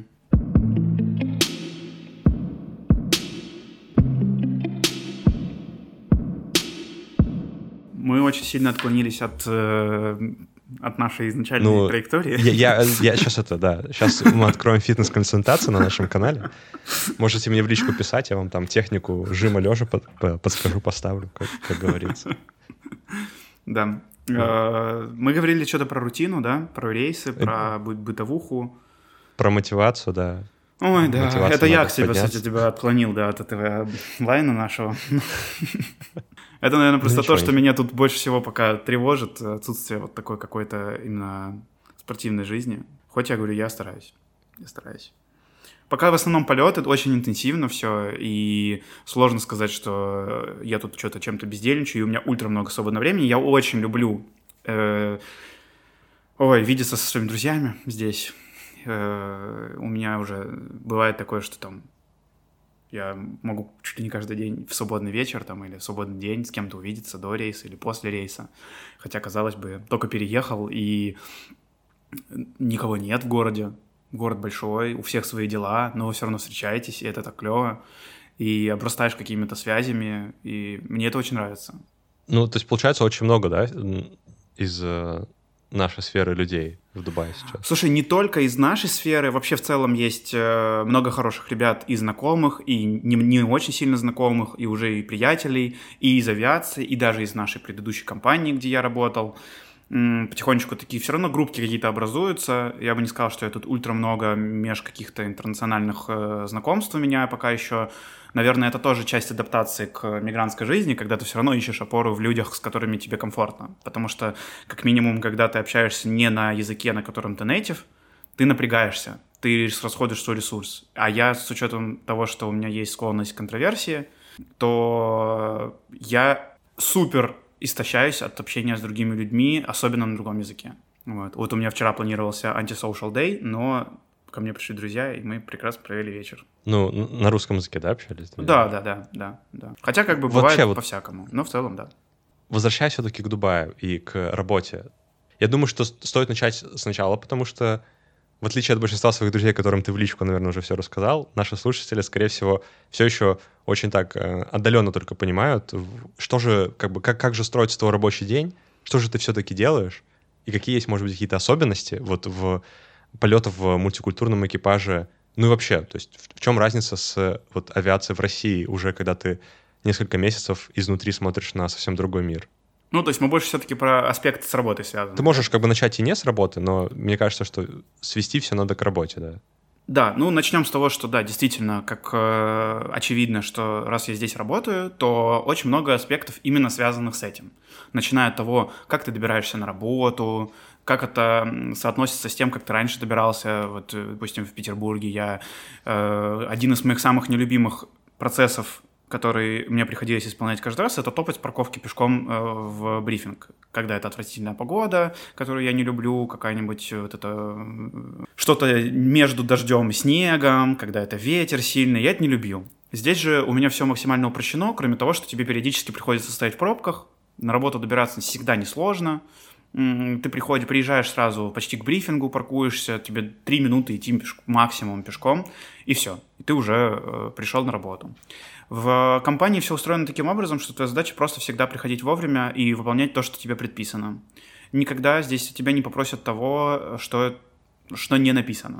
Мы очень сильно отклонились от, э, от нашей изначальной ну, траектории. Я, я, я сейчас это, да. Сейчас мы откроем фитнес-консультацию на нашем канале. Можете мне в личку писать, я вам там технику жима лежа под, подскажу, поставлю, как, как говорится. Да. да. Мы говорили что-то про рутину, да? Про рейсы, про бытовуху. Про мотивацию, да. Ой, да. Мотивацию это я, кстати, кстати, тебя отклонил, да, от этого лайна нашего. Это, наверное, просто ну, то, что меня тут больше всего пока тревожит, отсутствие вот такой какой-то именно спортивной жизни. Хоть я говорю, я стараюсь, я стараюсь. Пока в основном полет, это очень интенсивно все, и сложно сказать, что я тут что-то чем-то бездельничаю, и у меня ультра много свободного времени. Я очень люблю э, ой, видеться со своими друзьями здесь. Э, у меня уже бывает такое, что там я могу чуть ли не каждый день в свободный вечер там, или в свободный день с кем-то увидеться до рейса или после рейса. Хотя, казалось бы, только переехал, и никого нет в городе. Город большой, у всех свои дела, но вы все равно встречаетесь, и это так клево. И обрастаешь какими-то связями, и мне это очень нравится. Ну, то есть, получается, очень много, да, из нашей сферы людей в Дубае сейчас? Слушай, не только из нашей сферы, вообще в целом есть э, много хороших ребят и знакомых, и не, не очень сильно знакомых, и уже и приятелей, и из авиации, и даже из нашей предыдущей компании, где я работал. потихонечку такие все равно группки какие-то образуются. Я бы не сказал, что я тут ультра много меж каких-то интернациональных э, знакомств у меня пока еще. Наверное, это тоже часть адаптации к мигрантской жизни, когда ты все равно ищешь опору в людях, с которыми тебе комфортно. Потому что, как минимум, когда ты общаешься не на языке, на котором ты native, ты напрягаешься, ты расходишь свой ресурс. А я, с учетом того, что у меня есть склонность к интроверсии, то я супер истощаюсь от общения с другими людьми, особенно на другом языке. Вот, вот у меня вчера планировался anti-social day, но ко мне пришли друзья, и мы прекрасно провели вечер. Ну, на русском языке, да, общались? Да, да, да, да, да. Хотя как бы Вообще, бывает вот по-всякому, но в целом, да. Возвращаясь все-таки к Дубаю и к работе, я думаю, что стоит начать сначала, потому что в отличие от большинства своих друзей, которым ты в личку, наверное, уже все рассказал, наши слушатели, скорее всего, все еще очень так э, отдаленно только понимают, что же, как бы, как, как же строится твой рабочий день, что же ты все-таки делаешь, и какие есть, может быть, какие-то особенности вот в полетах в мультикультурном экипаже, ну и вообще, то есть в, в чем разница с вот, авиацией в России уже, когда ты несколько месяцев изнутри смотришь на совсем другой мир? Ну, то есть мы больше все-таки про аспект с работой связаны. Ты можешь как бы начать и не с работы, но мне кажется, что свести все надо к работе, да. Да, ну начнем с того, что да, действительно, как э, очевидно, что раз я здесь работаю, то очень много аспектов именно связанных с этим. Начиная от того, как ты добираешься на работу, как это соотносится с тем, как ты раньше добирался. Вот, допустим, в Петербурге я э, один из моих самых нелюбимых процессов, который мне приходилось исполнять каждый раз, это топать с парковки пешком э, в брифинг. Когда это отвратительная погода, которую я не люблю, какая-нибудь вот это... что-то между дождем и снегом, когда это ветер сильный, я это не люблю. Здесь же у меня все максимально упрощено, кроме того, что тебе периодически приходится стоять в пробках, на работу добираться всегда несложно, ты приходишь, приезжаешь сразу почти к брифингу, паркуешься, тебе три минуты идти пеш... максимум пешком, и все, и ты уже э, пришел на работу. В компании все устроено таким образом, что твоя задача просто всегда приходить вовремя и выполнять то, что тебе предписано. Никогда здесь тебя не попросят того, что, что не написано.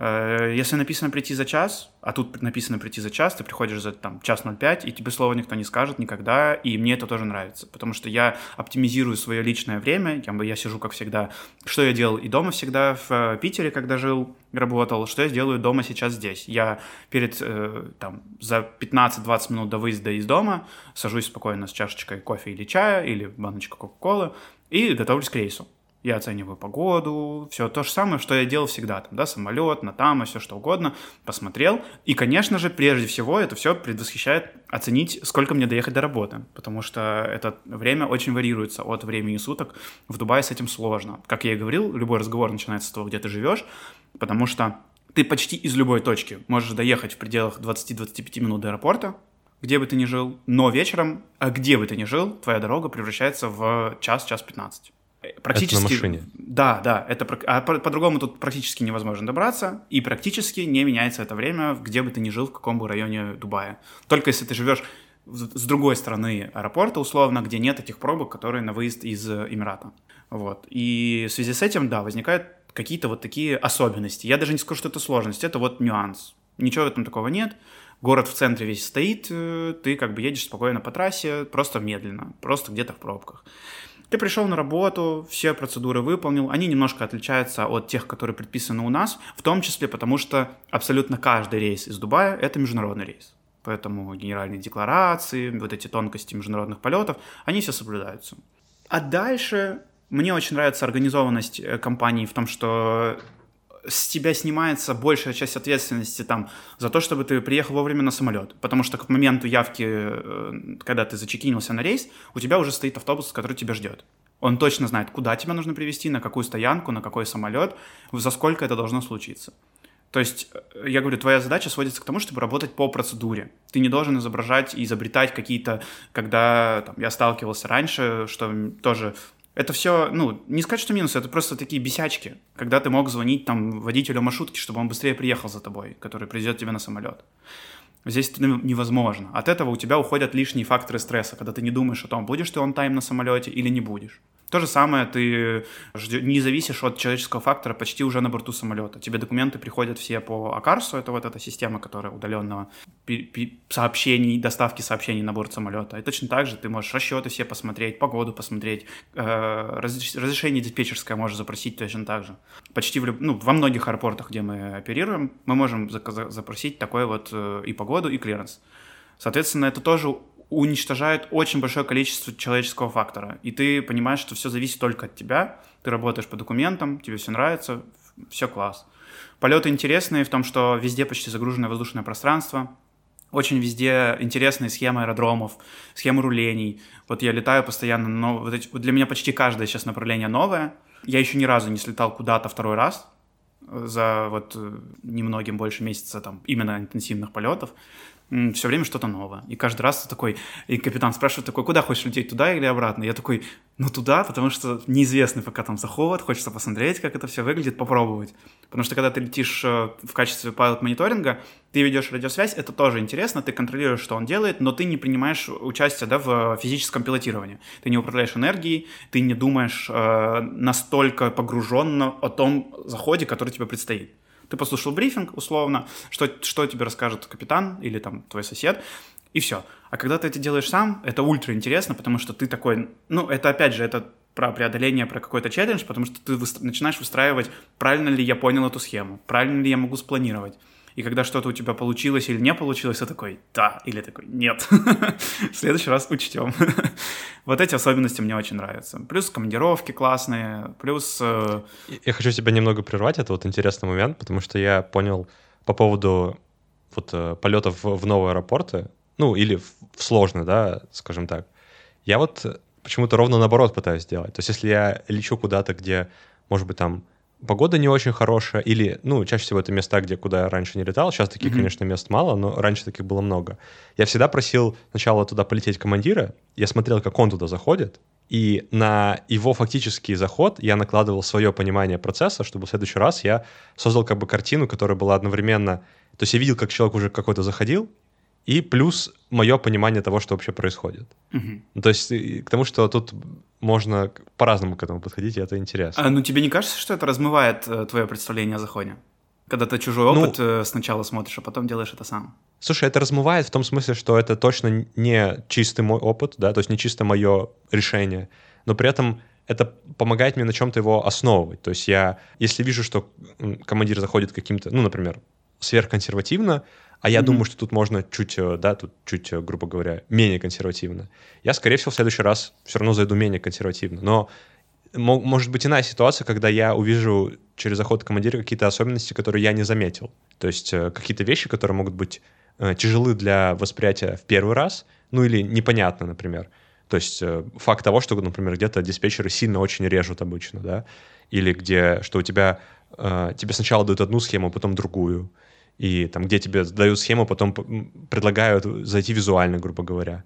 Если написано прийти за час, а тут написано прийти за час, ты приходишь за там, час ноль пять, и тебе слова никто не скажет никогда, и мне это тоже нравится, потому что я оптимизирую свое личное время, я, я сижу как всегда, что я делал и дома всегда в Питере, когда жил, работал, что я делаю дома сейчас здесь. Я перед, э, там, за пятнадцать-двадцать минут до выезда из дома сажусь спокойно с чашечкой кофе или чая, или баночкой кока-колы, и готовлюсь к рейсу. Я оцениваю погоду, все то же самое, что я делал всегда, там, да, самолет, натама, все что угодно, посмотрел. И, конечно же, прежде всего, это все предвосхищает оценить, сколько мне доехать до работы, потому что это время очень варьируется от времени суток. В Дубае с этим сложно. Как я и говорил, любой разговор начинается с того, где ты живешь, потому что ты почти из любой точки можешь доехать в пределах двадцать-двадцать пять минут до аэропорта, где бы ты ни жил, но вечером, а где бы ты ни жил, твоя дорога превращается в час, час пятнадцать. Практически, это на машине. Да, да, это, а по- по-другому тут практически невозможно добраться, и практически не меняется это время, где бы ты ни жил, в каком бы районе Дубая. Только если ты живешь с другой стороны аэропорта, условно, где нет этих пробок, которые на выезд из Эмирата. Вот. И в связи с этим, да, возникают какие-то вот такие особенности. Я даже не скажу, что это сложность, это вот нюанс. Ничего в этом такого нет. Город в центре весь стоит, ты как бы едешь спокойно по трассе, просто медленно, просто где-то в пробках. Ты пришел на работу, все процедуры выполнил, они немножко отличаются от тех, которые предписаны у нас, в том числе потому, что абсолютно каждый рейс из Дубая – это международный рейс. Поэтому генеральные декларации, вот эти тонкости международных полетов, они все соблюдаются. А дальше мне очень нравится организованность компании в том, что с тебя снимается большая часть ответственности там, за то, чтобы ты приехал вовремя на самолет. Потому что к моменту явки, когда ты зачекинился на рейс, у тебя уже стоит автобус, который тебя ждет. Он точно знает, куда тебя нужно привезти, на какую стоянку, на какой самолет, за сколько это должно случиться. То есть, я говорю, твоя задача сводится к тому, чтобы работать по процедуре. Ты не должен изображать и изобретать какие-то, когда там, я сталкивался раньше, что тоже... Это все, ну, не сказать, что минусы, это просто такие бесячки, когда ты мог звонить там водителю маршрутки, чтобы он быстрее приехал за тобой, который привезет тебя на самолет. Здесь это невозможно. От этого у тебя уходят лишние факторы стресса, когда ты не думаешь о том, будешь ты он-тайм на самолете или не будешь. То же самое, ты не зависишь от человеческого фактора почти уже на борту самолета. Тебе документы приходят все по Акарсу, это вот эта система, которая удаленного сообщений, доставки сообщений на борт самолета. И точно так же ты можешь расчеты все посмотреть, погоду посмотреть, разрешение диспетчерское можешь запросить точно так же. Почти в люб... ну, во многих аэропортах, где мы оперируем, мы можем запросить такое вот и погоду, и клиренс. Соответственно, это тоже уничтожает очень большое количество человеческого фактора. И ты понимаешь, что все зависит только от тебя. Ты работаешь по документам, тебе все нравится, все класс. Полеты интересные в том, что везде почти загруженное воздушное пространство. Очень везде интересные схемы аэродромов, схемы рулений. Вот я летаю постоянно, но вот эти, вот для меня почти каждое сейчас направление новое. Я еще ни разу не слетал куда-то второй раз за вот немногим больше месяца там именно интенсивных полетов. Все время что-то новое. И каждый раз ты такой, и капитан спрашивает такой, куда хочешь лететь, туда или обратно? Я такой, ну туда, потому что неизвестный пока там заход, хочется посмотреть, как это все выглядит, попробовать. Потому что когда ты летишь в качестве пилот-мониторинга, ты ведешь радиосвязь, это тоже интересно, ты контролируешь, что он делает, но ты не принимаешь участие, да, в физическом пилотировании. Ты не управляешь энергией, ты не думаешь э, настолько погруженно о том заходе, который тебе предстоит. Ты послушал брифинг, условно, что, что тебе расскажет капитан или там твой сосед, и все. А когда ты это делаешь сам, это ультра интересно, потому что ты такой, ну, это опять же, это про преодоление, про какой-то челлендж, потому что ты выстра- начинаешь выстраивать, правильно ли я понял эту схему, правильно ли я могу спланировать. И когда что-то у тебя получилось или не получилось, ты такой «да» или такой «нет». В следующий раз учтем. Вот эти особенности мне очень нравятся. Плюс командировки классные, плюс... Я хочу тебя немного прервать, это вот интересный момент, потому что я понял по поводу вот полетов в новые аэропорты, ну или в сложные, да, скажем так. Я вот почему-то ровно наоборот пытаюсь сделать. То есть если я лечу куда-то, где, может быть, там погода не очень хорошая, или, ну, чаще всего это места, где, куда я раньше не летал. Сейчас таких, mm-hmm. конечно, мест мало, но раньше таких было много. Я всегда просил сначала туда полететь командира, я смотрел, как он туда заходит, и на его фактический заход я накладывал свое понимание процесса, чтобы в следующий раз я создал как бы картину, которая была одновременно... То есть я видел, как человек уже какой-то заходил, и плюс мое понимание того, что вообще происходит. Mm-hmm. То есть к тому, что тут можно по-разному к этому подходить, и это интересно. А, ну тебе не кажется, что это размывает э, твое представление о заходе? Когда ты чужой опыт ну, э, сначала смотришь, а потом делаешь это сам. Слушай, это размывает в том смысле, что это точно не чистый мой опыт, да, то есть не чисто мое решение, но при этом это помогает мне на чем-то его основывать. То есть я, если вижу, что командир заходит каким-то, ну, например, сверхконсервативно, а я mm-hmm. думаю, что тут можно чуть, да, тут чуть, грубо говоря, менее консервативно. Я, скорее всего, в следующий раз все равно зайду менее консервативно. Но м- может быть иная ситуация, когда я увижу через заход командира какие-то особенности, которые я не заметил. То есть э, какие-то вещи, которые могут быть э, тяжелы для восприятия в первый раз, ну или непонятно, например. То есть э, факт того, что, например, где-то диспетчеры сильно очень режут обычно, да, или где, что у тебя, э, тебе сначала дают одну схему, потом другую, и там, где тебе дают схему, потом предлагают зайти визуально, грубо говоря.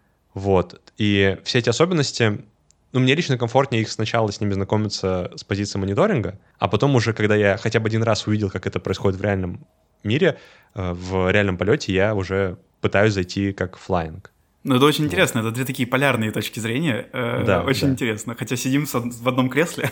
Вот. И все эти особенности, ну, мне лично комфортнее их сначала с ними знакомиться с позиции мониторинга, а потом уже, когда я хотя бы один раз увидел, как это происходит в реальном мире, в реальном полете, я уже пытаюсь зайти как флайинг. Ну, это очень вот. Интересно, это две такие полярные точки зрения. Да, очень да. интересно. Хотя сидим в одном кресле.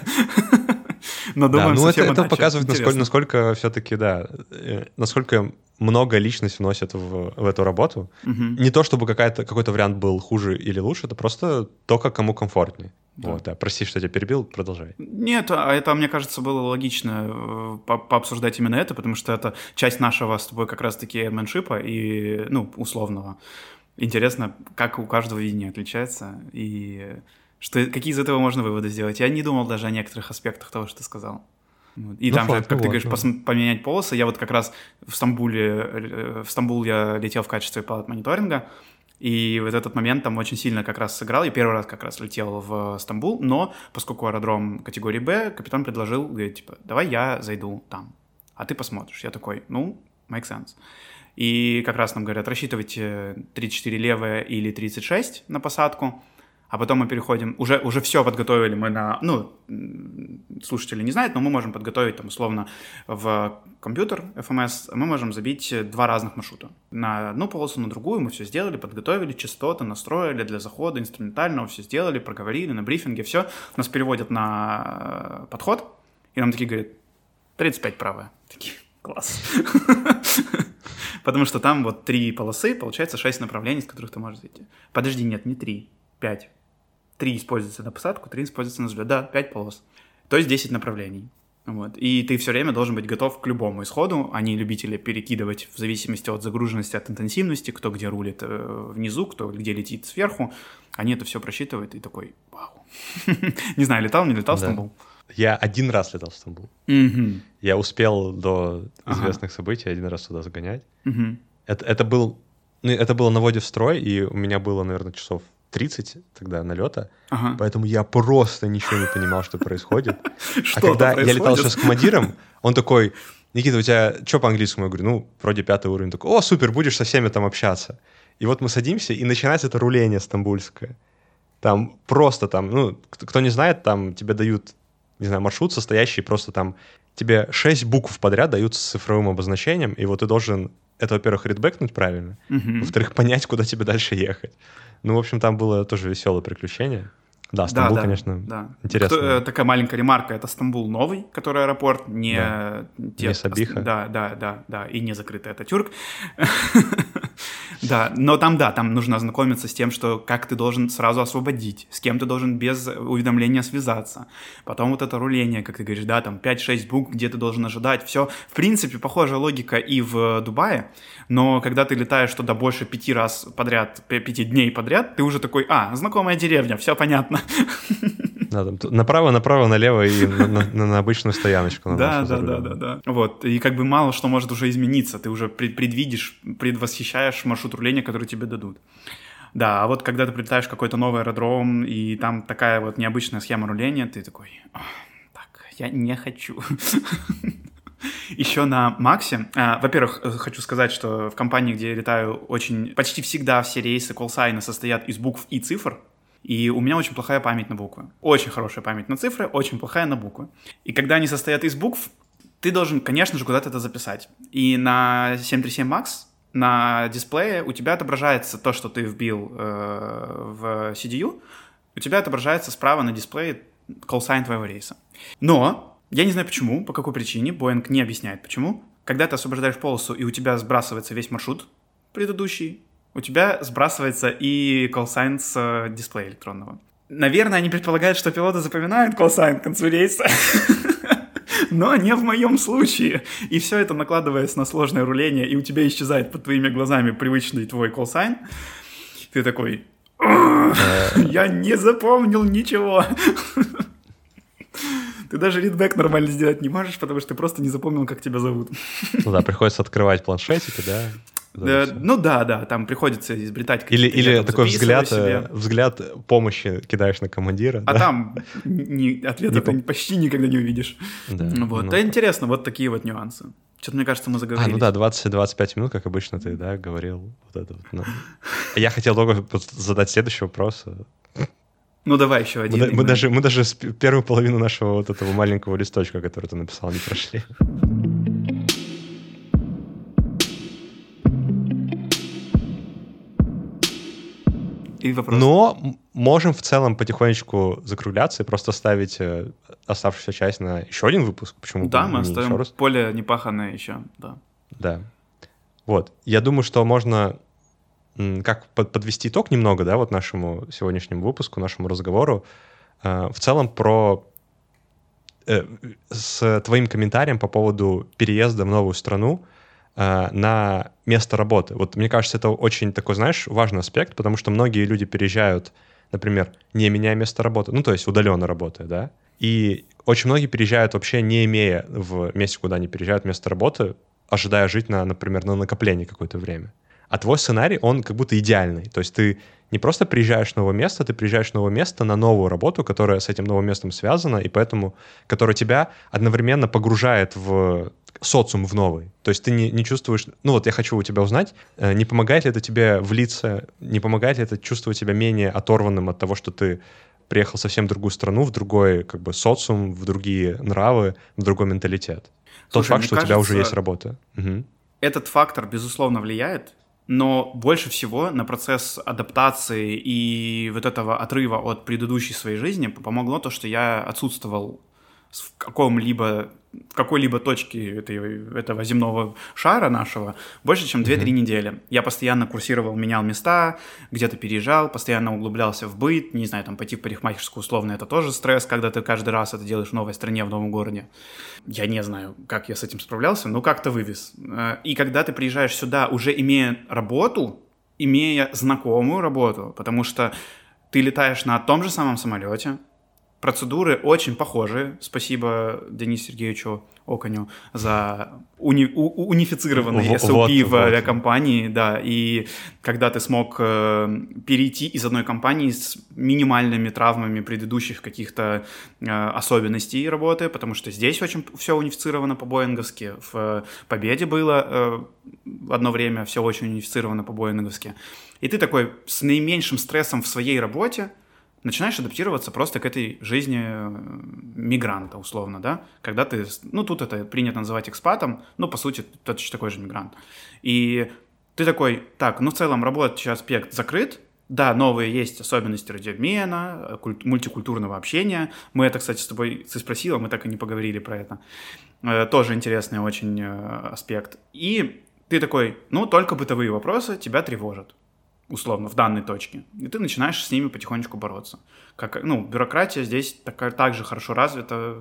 Но думаем, да, ну это, это показывает, насколько, насколько все-таки, да, насколько много личность вносит в, в эту работу. Угу. Не то, чтобы какая-то, какой-то вариант был хуже или лучше, это просто то, как кому комфортнее. Да. Вот, да. Прости, что я тебя перебил, продолжай. Нет, а это, мне кажется, было логично по- пообсуждать именно это, потому что это часть нашего с тобой как раз-таки адменшипа и, ну, условного. Интересно, как у каждого видение отличается и... Что, какие из этого можно выводы сделать? Я не думал даже о некоторых аспектах того, что ты сказал. Вот. И ну, там факт, же, как ну, ты говоришь, пос- поменять полосы. Я вот как раз в Стамбуле, в Стамбул я летел в качестве пилот-мониторинга, и вот этот момент там очень сильно как раз сыграл. Я первый раз как раз летел в Стамбул, но поскольку аэродром категории Б, капитан предложил, говорит, типа, давай я зайду там, а ты посмотришь. Я такой, ну, make sense. И как раз нам говорят, рассчитывайте тридцать четыре левое или тридцать шесть на посадку. а потом мы переходим, уже, уже все подготовили мы на, ну, слушатели не знают, но мы можем подготовить, там, условно, в компьютер эф эм эс, мы можем забить два разных маршрута. На одну полосу, на другую мы все сделали, подготовили, частоты настроили для захода, инструментального, все сделали, проговорили на брифинге, все. Нас переводят на подход, и нам такие говорят, тридцать пять правая. Такие, класс. Потому что там вот три полосы, получается шесть направлений, с которых ты можешь зайти. Подожди, нет, не три, пять. Три используются на посадку, три используются на взлет. Да, пять полос. То есть десять направлений. Вот. И ты все время должен быть готов к любому исходу. Они любители перекидывать в зависимости от загруженности, от интенсивности, кто где рулит э, внизу, кто где летит сверху. Они это все просчитывают и такой, вау. Не знаю, летал, не летал в Стамбул? Я один раз летал в Стамбул. Mm-hmm. Я успел до известных ага. событий один раз туда загонять. Mm-hmm. Это, это, был, ну, это было на вводе в строй, и у меня было, наверное, часов тридцать тогда налета, ага. поэтому я просто ничего не понимал, что происходит. А когда я летал сейчас с командиром, он такой, Никита, у тебя что по-английскому? Я говорю, ну, вроде пятый уровень. Такой, о, супер, будешь со всеми там общаться. И вот мы садимся, и начинается это руление стамбульское. Там просто там, ну, кто не знает, там тебе дают, не знаю, маршрут, состоящий просто там, тебе шесть букв подряд дают с цифровым обозначением, и вот ты должен это, во-первых, редбэкнуть правильно, uh-huh. во-вторых, понять, куда тебе дальше ехать. Ну, в общем, там было тоже веселое приключение. Да, Стамбул, да, да, конечно, да. интересно. Кто, такая маленькая ремарка, это Стамбул новый, который аэропорт, не... Да. Те, не Сабиха. Да, да, да, да, и не закрытый Ататюрк. Да, но там, да, там нужно ознакомиться с тем, что как ты должен сразу освободить, с кем ты должен без уведомления связаться. Потом вот это руление, как ты говоришь, да, там пять-шесть букв, где ты должен ожидать. Все, в принципе, похожая логика и в Дубае, но когда ты летаешь туда больше пяти раз подряд, пяти дней подряд, ты уже такой, а, знакомая деревня, все понятно. Да, там направо, направо, налево и на, на, на обычную стояночку. На да, да, да, да, да. Вот, и как бы мало что может уже измениться, ты уже предвидишь, предвосхищаешь маршрут руления, который тебе дадут. Да, а вот когда ты прилетаешь в какой-то новый аэродром, и там такая вот необычная схема руления, ты такой, так, я не хочу. Еще на Максе, а, во-первых, хочу сказать, что в компании, где я летаю, очень почти всегда все рейсы колл-сайна состоят из букв и цифр. И у меня очень плохая память на буквы. Очень хорошая память на цифры, очень плохая на буквы. И когда они состоят из букв, ты должен, конечно же, куда-то это записать. И на семь три семь макс на дисплее у тебя отображается то, что ты вбил э, в си ди ю, у тебя отображается справа на дисплее колл-сайн твоего рейса. Но я не знаю почему, по какой причине, Boeing не объясняет почему. Когда ты освобождаешь полосу, и у тебя сбрасывается весь маршрут предыдущий, у тебя сбрасывается и колл-сайн с дисплея электронного. Наверное, они предполагают, что пилоты запоминают колл-сайн к концу рейса, но не в моем случае. И все это накладываясь на сложное руление, и у тебя исчезает под твоими глазами привычный твой колл-сайн, ты такой, я не запомнил ничего. Ты даже ридбэк нормально сделать не можешь, потому что ты просто не запомнил, как тебя зовут. Ну да, приходится открывать планшетики, да? Да, ну да, да, там приходится изобретать какие-то... Или, или такой взгляд, взгляд помощи кидаешь на командира. А да? Там не, ответа ты по... почти никогда не увидишь. Да, вот. Ну, это интересно, вот такие вот нюансы. Что-то, мне кажется, мы заговорились. А, ну да, двадцать-двадцать пять минут, как обычно ты, да, говорил. Вот это вот, ну. Я хотел только задать следующий вопрос. Ну давай еще один. Мы, мы, даже, мы даже первую половину нашего вот этого маленького листочка, который ты написал, не прошли. И вопрос. Но можем в целом потихонечку закругляться и просто оставить оставшуюся часть на еще один выпуск. Почему да, бы мы не оставим еще раз? Поле непаханное еще, да. Да. Вот. Я думаю, что можно как подвести итог немного, да, вот нашему сегодняшнему выпуску, нашему разговору. В целом про... С твоим комментарием по поводу переезда в новую страну на место работы. Вот мне кажется, это очень такой, знаешь, важный аспект, потому что многие люди переезжают, например, не меняя место работы, ну, то есть удаленно работая, да, и очень многие переезжают вообще не имея в месте, куда они переезжают, место работы, ожидая жить, на, например, на накоплении какое-то время. А твой сценарий, он как будто идеальный. То есть ты не просто приезжаешь в новое место, ты приезжаешь в новое место на новую работу, которая с этим новым местом связана, и поэтому, которая тебя одновременно погружает в социум в новый. То есть ты не, не чувствуешь... Ну вот я хочу у тебя узнать, не помогает ли это тебе влиться, не помогает ли это чувствовать себя менее оторванным от того, что ты приехал совсем в другую страну, в другой как бы социум, в другие нравы, в другой менталитет. Тот Слушай, факт, что кажется, у тебя уже есть работа. Угу. Этот фактор, безусловно, влияет, но больше всего на процесс адаптации и вот этого отрыва от предыдущей своей жизни помогло то, что я отсутствовал в каком-либо в какой-либо точке этой, этого земного шара нашего больше, чем две-три mm-hmm. недели. Я постоянно курсировал, менял места, где-то переезжал, постоянно углублялся в быт, не знаю, там, пойти в парикмахерскую условно, это тоже стресс, когда ты каждый раз это делаешь в новой стране, в новом городе. Я не знаю, как я с этим справлялся, но как-то вывез. И когда ты приезжаешь сюда, уже имея работу, имея знакомую работу, потому что ты летаешь на том же самом самолете, процедуры очень похожие. Спасибо Денису Сергеевичу Оконю за уни- у- унифицированный эс эл пи вот, в вот. авиакомпании. Да, и когда ты смог э, перейти из одной компании с минимальными травмами предыдущих каких-то э, особенностей работы, потому что здесь очень все унифицировано по-боинговски. В Победе было э, одно время все очень унифицировано по-боинговски. И ты такой с наименьшим стрессом в своей работе начинаешь адаптироваться просто к этой жизни мигранта, условно, да, когда ты, ну, тут это принято называть экспатом, ну, по сути, точно такой же мигрант. И ты такой, так, ну, в целом рабочий аспект закрыт, да, новые есть особенности радиообмена, культ, мультикультурного общения. Мы это, кстати, с тобой ты спросила, мы так и не поговорили про это. Э, тоже интересный очень э, аспект. И ты такой, ну, только бытовые вопросы тебя тревожат, условно, в данной точке. И ты начинаешь с ними потихонечку бороться. Как, ну, бюрократия здесь такая, так же хорошо развита,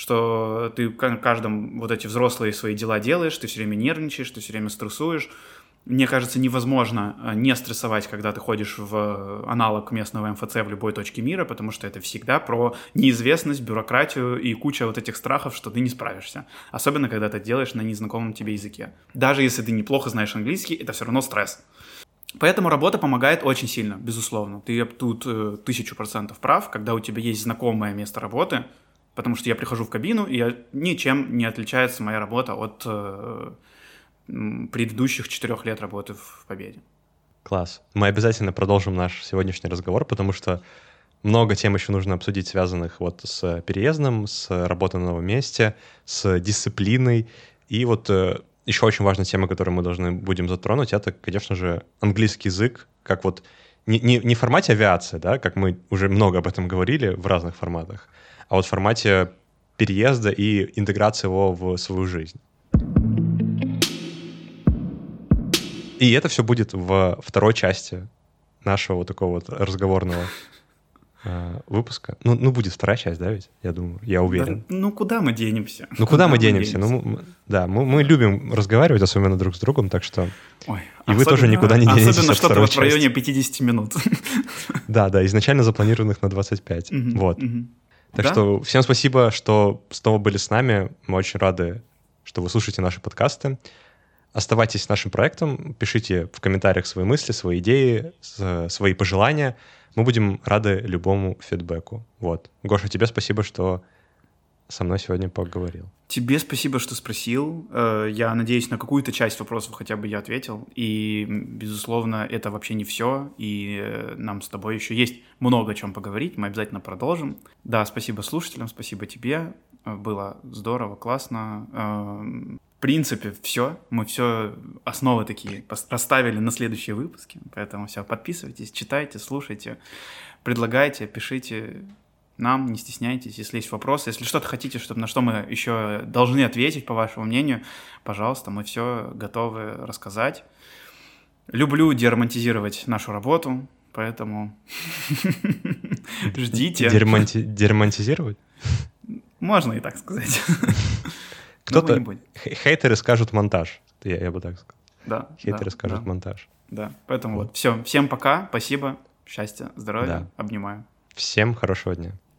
что ты в каждом вот эти взрослые свои дела делаешь, ты все время нервничаешь, ты все время стрессуешь. Мне кажется, невозможно не стрессовать, когда ты ходишь в аналог местного эм эф цэ в любой точке мира, потому что это всегда про неизвестность, бюрократию и куча вот этих страхов, что ты не справишься. Особенно, когда ты делаешь на незнакомом тебе языке. Даже если ты неплохо знаешь английский, это все равно стресс. Поэтому работа помогает очень сильно, безусловно. Ты тут э, тысячу процентов прав, когда у тебя есть знакомое место работы, потому что я прихожу в кабину, и я, ничем не отличается моя работа от э, предыдущих четырех лет работы в Победе. Класс. Мы обязательно продолжим наш сегодняшний разговор, потому что много тем еще нужно обсудить, связанных вот с переездом, с работой на новом месте, с дисциплиной. И вот... Э, Еще очень важная тема, которую мы должны будем затронуть, это, конечно же, английский язык, как вот не, не, не в формате авиации, да, как мы уже много об этом говорили в разных форматах, а вот в формате переезда и интеграции его в свою жизнь. И это все будет во второй части нашего вот такого вот разговорного выпуска. Ну, ну, будет вторая часть, да, ведь? Я думаю, я уверен. Да, ну, куда мы денемся? Ну, куда, куда мы денемся? денемся? Ну, мы, да, мы, мы любим разговаривать, особенно друг с другом, так что... Ой, и вы тоже никуда не денетесь особенно от что-то второй вот в районе пятьдесят минут. Да, да, изначально запланированных на двадцать пять. Вот. Так что всем спасибо, что снова были с нами. Мы очень рады, что вы слушаете наши подкасты. Оставайтесь с нашим проектом, пишите в комментариях свои мысли, свои идеи, свои пожелания. Мы будем рады любому фидбэку. Вот. Гоша, тебе спасибо, что со мной сегодня поговорил. Тебе спасибо, что спросил. Я надеюсь, на какую-то часть вопросов хотя бы я ответил. И, безусловно, это вообще не все. И нам с тобой еще есть много о чем поговорить. Мы обязательно продолжим. Да, спасибо слушателям, спасибо тебе. Было здорово, классно. В принципе, все. Мы все основы такие расставили на следующие выпуски. Поэтому все, подписывайтесь, читайте, слушайте, предлагайте, пишите нам, не стесняйтесь, если есть вопросы. Если что-то хотите, чтобы, на что мы еще должны ответить, по вашему мнению, пожалуйста, мы все готовы рассказать. Люблю деромантизировать нашу работу, поэтому ждите. Деромантизировать? Можно и так сказать. Кто-то, хейтеры скажут монтаж, я, я бы так сказал. Да. Хейтеры да, скажут да. монтаж. Да, поэтому вот. вот, все, всем пока, спасибо, счастья, здоровья, да. Обнимаю. Всем хорошего дня.